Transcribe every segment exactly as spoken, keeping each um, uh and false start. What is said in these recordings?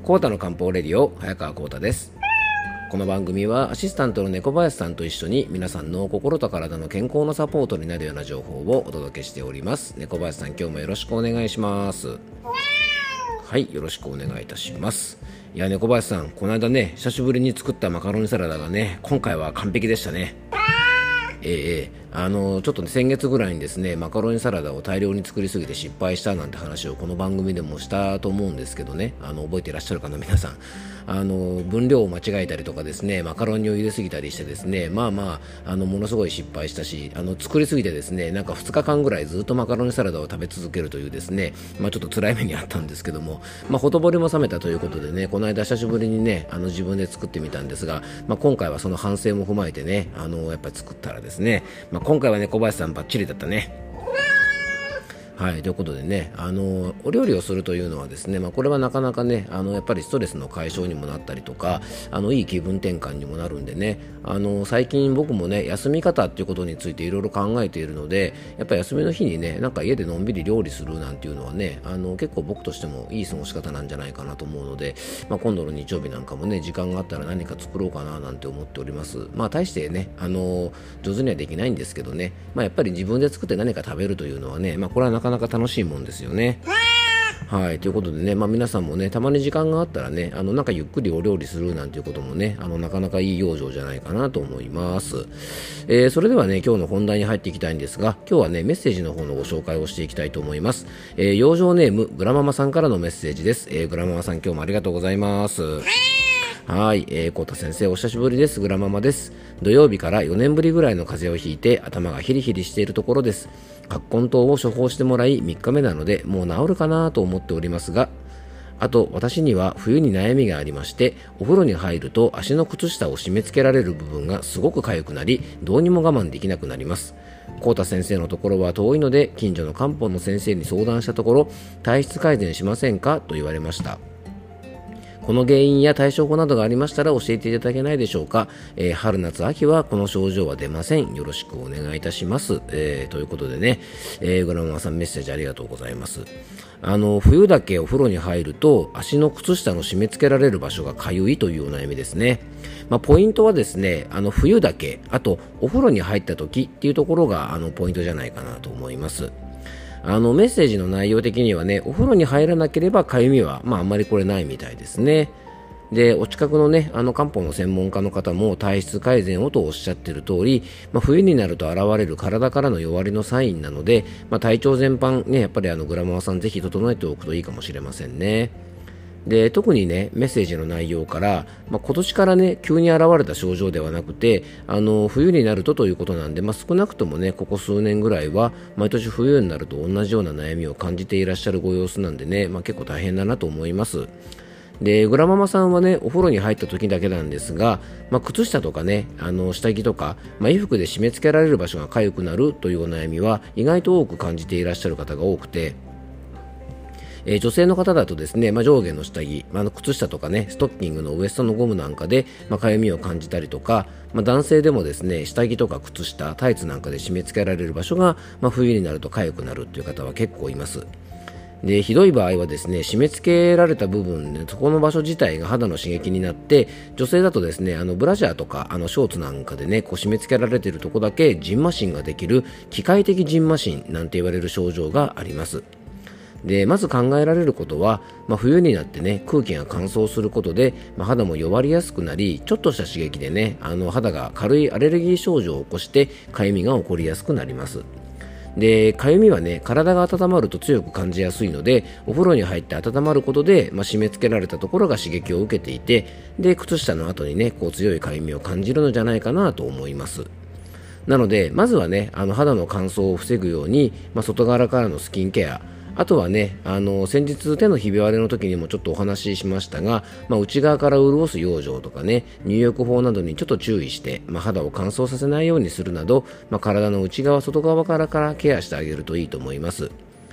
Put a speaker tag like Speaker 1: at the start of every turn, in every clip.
Speaker 1: コータの漢方レディオ、早川コータです。この番組はアシスタントの猫林さんと一緒に皆さんの心と体の健康のサポートになるような情報をお届けしております。猫林さん、今日もよろしくお願いします。はい、よろしくお願いいたします。いや、猫林さん、この間ね、久しぶりに作ったマカロニサラダがね、今回は完璧でしたね。ええあのちょっと、ね、先月ぐらいにですねマカロニサラダを大量に作りすぎて失敗したなんて話をこの番組でもしたと思うんですけどね、あの覚えていらっしゃるかな皆さん。あの分量を間違えたりとかですね、マカロニを入れすぎたりしてですね、まあまあ、あのものすごい失敗したし、あの作りすぎてですね、なんかふつかかんぐらいずっとマカロニサラダを食べ続けるというですね、まあ、ちょっと辛い目にあったんですけども、まあ、ほとぼりも冷めたということでね、この間久しぶりにねあの自分で作ってみたんですが、まあ、今回はその反省も踏まえてね、あのやっぱり作ったらですね、まあ、今回はね小林さんバッチリだったね。はい、ということでね、あのお料理をするというのはですね、まあ、これはなかなかね、あのやっぱりストレスの解消にもなったりとか、あのいい気分転換にもなるんでね、あの最近僕もね、休み方っていうことについていろいろ考えているので、やっぱり休みの日にね、なんか家でのんびり料理するなんていうのはね、あの結構僕としてもいい過ごし方なんじゃないかなと思うので、まあ、今度の日曜日なんかもね、時間があったら何か作ろうかななんて思っております。まあ大してね、あの上手にはできないんですけどね、まあ、やっぱり自分で作って何か食べるというのはね、まあ、これはなかなか楽しいもんですよね。はい、ということでね、まあ、皆さんもね、たまに時間があったらね、あのなんかゆっくりお料理するなんていうこともね、あのなかなかいい養生じゃないかなと思います。えー、それではね、今日の本題に入っていきたいんですが、今日はね、メッセージの方のご紹介をしていきたいと思います。えー、養生ネームグラママさんからのメッセージです。えー、グラママさん、今日もありがとうございます。はい、えー、コータ先生お久しぶりです。グラママです。土曜日からよねんぶりぐらいの風邪をひいて頭がヒリヒリしているところです。葛根湯を処方してもらいみっかめなのでもう治るかなと思っておりますが、あと私には冬に悩みがありまして、お風呂に入ると足の靴下を締め付けられる部分がすごく痒くなり、どうにも我慢できなくなります。コータ先生のところは遠いので近所の漢方の先生に相談したところ、体質改善しませんかと言われました。この原因や対処法などがありましたら教えていただけないでしょうか。えー、春夏秋はこの症状は出ません。よろしくお願いいたします。えー、ということでね、えー、グラママさんメッセージありがとうございます。あの冬だけお風呂に入ると足の靴下の締め付けられる場所がかゆいというお悩みですね。まあ、ポイントはですね、あの冬だけ、あとお風呂に入った時っていうところがあのポイントじゃないかなと思います。あのメッセージの内容的にはね、お風呂に入らなければかゆみは、まあ、あんまりこれないみたいですね。で、お近くのね、あの漢方の専門家の方も体質改善をとおっしゃっている通り、まあ、冬になると現れる体からの弱りのサインなので、まあ、体調全般ね、やっぱりあのグラママさんぜひ整えておくといいかもしれませんね。で、特にね、メッセージの内容から、まあ、今年からね、急に現れた症状ではなくて、あの冬になるとということなんで、まあ、少なくともね、ここ数年ぐらいは毎年冬になると同じような悩みを感じていらっしゃるご様子なんでね、まあ、結構大変だなと思います。で、グラママさんはね、お風呂に入った時だけなんですが、まあ、靴下とかね、あの下着とか、まあ、衣服で締め付けられる場所が痒くなるというお悩みは意外と多く感じていらっしゃる方が多くて、えー、女性の方だとですね、まあ、上下の下着、まあ、の靴下とかね、ストッキングのウエストのゴムなんかで、まあ、かゆみを感じたりとか、まあ、男性でもですね、下着とか靴下、タイツなんかで締め付けられる場所が、まあ、冬になると痒くなるという方は結構います。で、ひどい場合はですね、締め付けられた部分で、そこの場所自体が肌の刺激になって、女性だとですね、あのブラジャーとかあのショーツなんかでね、こう締め付けられているところだけジンマシンができる機械的ジンマシンなんて言われる症状があります。で、まず考えられることは、まあ、冬になってね、空気が乾燥することで、まあ、肌も弱りやすくなり、ちょっとした刺激でね、あの肌が軽いアレルギー症状を起こしてかゆみが起こりやすくなります。で、かゆみはね、体が温まると強く感じやすいので、お風呂に入って温まることで、まあ、締め付けられたところが刺激を受けていて、で、靴下の後にね、こう強いかゆみを感じるのじゃないかなと思います。なので、まずはね、あの肌の乾燥を防ぐように、まあ、外側からのスキンケア、あとはね、あの先日手のひび割れの時にもちょっとお話ししましたが、まあ、内側から潤す養生とかね、入浴法などにちょっと注意して、まあ、肌を乾燥させないようにするなど、まあ、体の内側外側からからケアしてあげるといいと思います。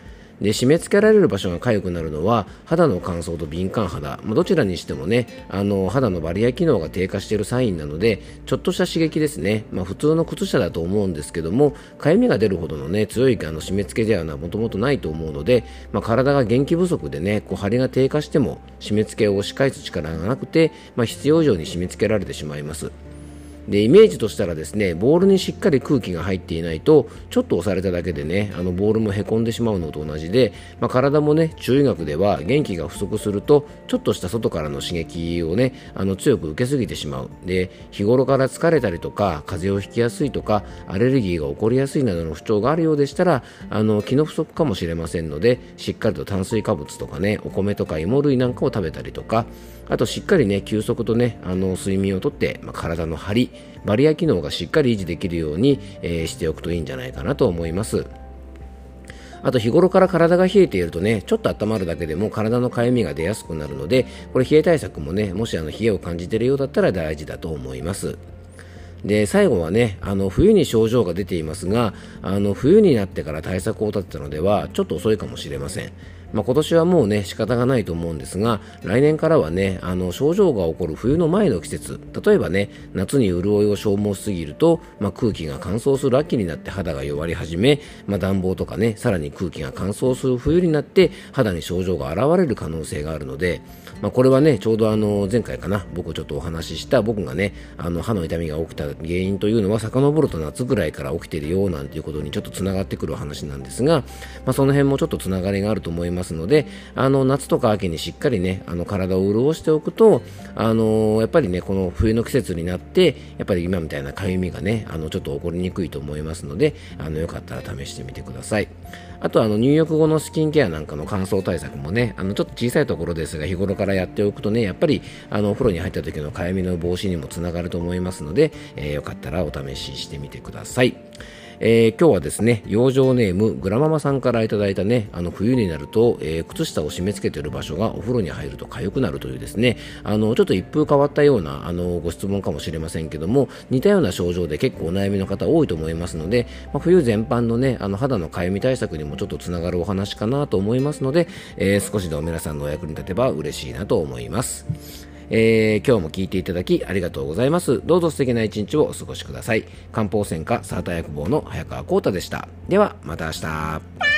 Speaker 1: で締め付けられる場所が痒くなるのは肌の乾燥と敏感肌、まあ、どちらにしてもねあの肌のバリア機能が低下しているサインなので、ちょっとした刺激ですね、まあ、普通の靴下だと思うんですけども、痒みが出るほどの、ね、強いあの締め付けではもともとないと思うので、まあ、体が元気不足でねこう張りが低下しても締め付けを押し返す力がなくて、まあ、必要以上に締め付けられてしまいます。でイメージとしたらですね、ボールにしっかり空気が入っていないとちょっと押されただけでねあのボールもへこんでしまうのと同じで、まあ、体もね中医学では元気が不足するとちょっとした外からの刺激をねあの強く受けすぎてしまう。で日頃から疲れたりとか風邪をひきやすいとかアレルギーが起こりやすいなどの不調があるようでしたら、あの気の不足かもしれませんので、しっかりと炭水化物とかねお米とか芋類なんかを食べたりとか、あとしっかりね休息とねあの睡眠をとって、まあ、体の張りバリア機能がしっかり維持できるように、えー、しておくといいんじゃないかなと思います。あと日頃から体が冷えているとねちょっと温まるだけでも体のかゆみが出やすくなるので、これ冷え対策もねもしあの冷えを感じているようだったら大事だと思います。で最後はねあの冬に症状が出ていますが、あの冬になってから対策を立てたのではちょっと遅いかもしれません。まあ、今年はもうね仕方がないと思うんですが、来年からはねあの症状が起こる冬の前の季節、例えばね夏に潤いを消耗しすぎると、まあ、空気が乾燥する秋になって肌が弱り始め、まあ、暖房とかねさらに空気が乾燥する冬になって肌に症状が現れる可能性があるので、まあ、これはねちょうどあの前回かな僕ちょっとお話しした僕がねあの歯の痛みが起きた原因というのは遡ると夏ぐらいから起きているよなんていうことにちょっとつながってくる話なんですが、まあ、その辺もちょっとつながりがあると思いますので、あの夏とか秋にしっかりねあの体を潤しておくと、あのー、やっぱりねこの冬の季節になってやっぱり今みたいなかゆみがねあのちょっと起こりにくいと思いますので、あのよかったら試してみてください。あとあの入浴後のスキンケアなんかの乾燥対策もねあのちょっと小さいところですが日頃からやっておくとねやっぱりあのお風呂に入った時のかゆみの防止にもつながると思いますので、えー、よかったらお試ししてみてください。えー、今日はですね養生ネームグラママさんからいただいたねあの冬になると、えー、靴下を締め付けている場所がお風呂に入ると痒くなるというですねあのちょっと一風変わったようなあのご質問かもしれませんけども、似たような症状で結構お悩みの方多いと思いますので、まあ、冬全般のねあの肌のかゆみ対策にもちょっとつながるお話かなと思いますので、えー、少しでも皆さんのお役に立てば嬉しいなと思います。えー、今日も聞いていただきありがとうございます。どうぞ素敵な一日をお過ごしください。漢方専科サーター薬房の早川浩太でした。ではまた明日。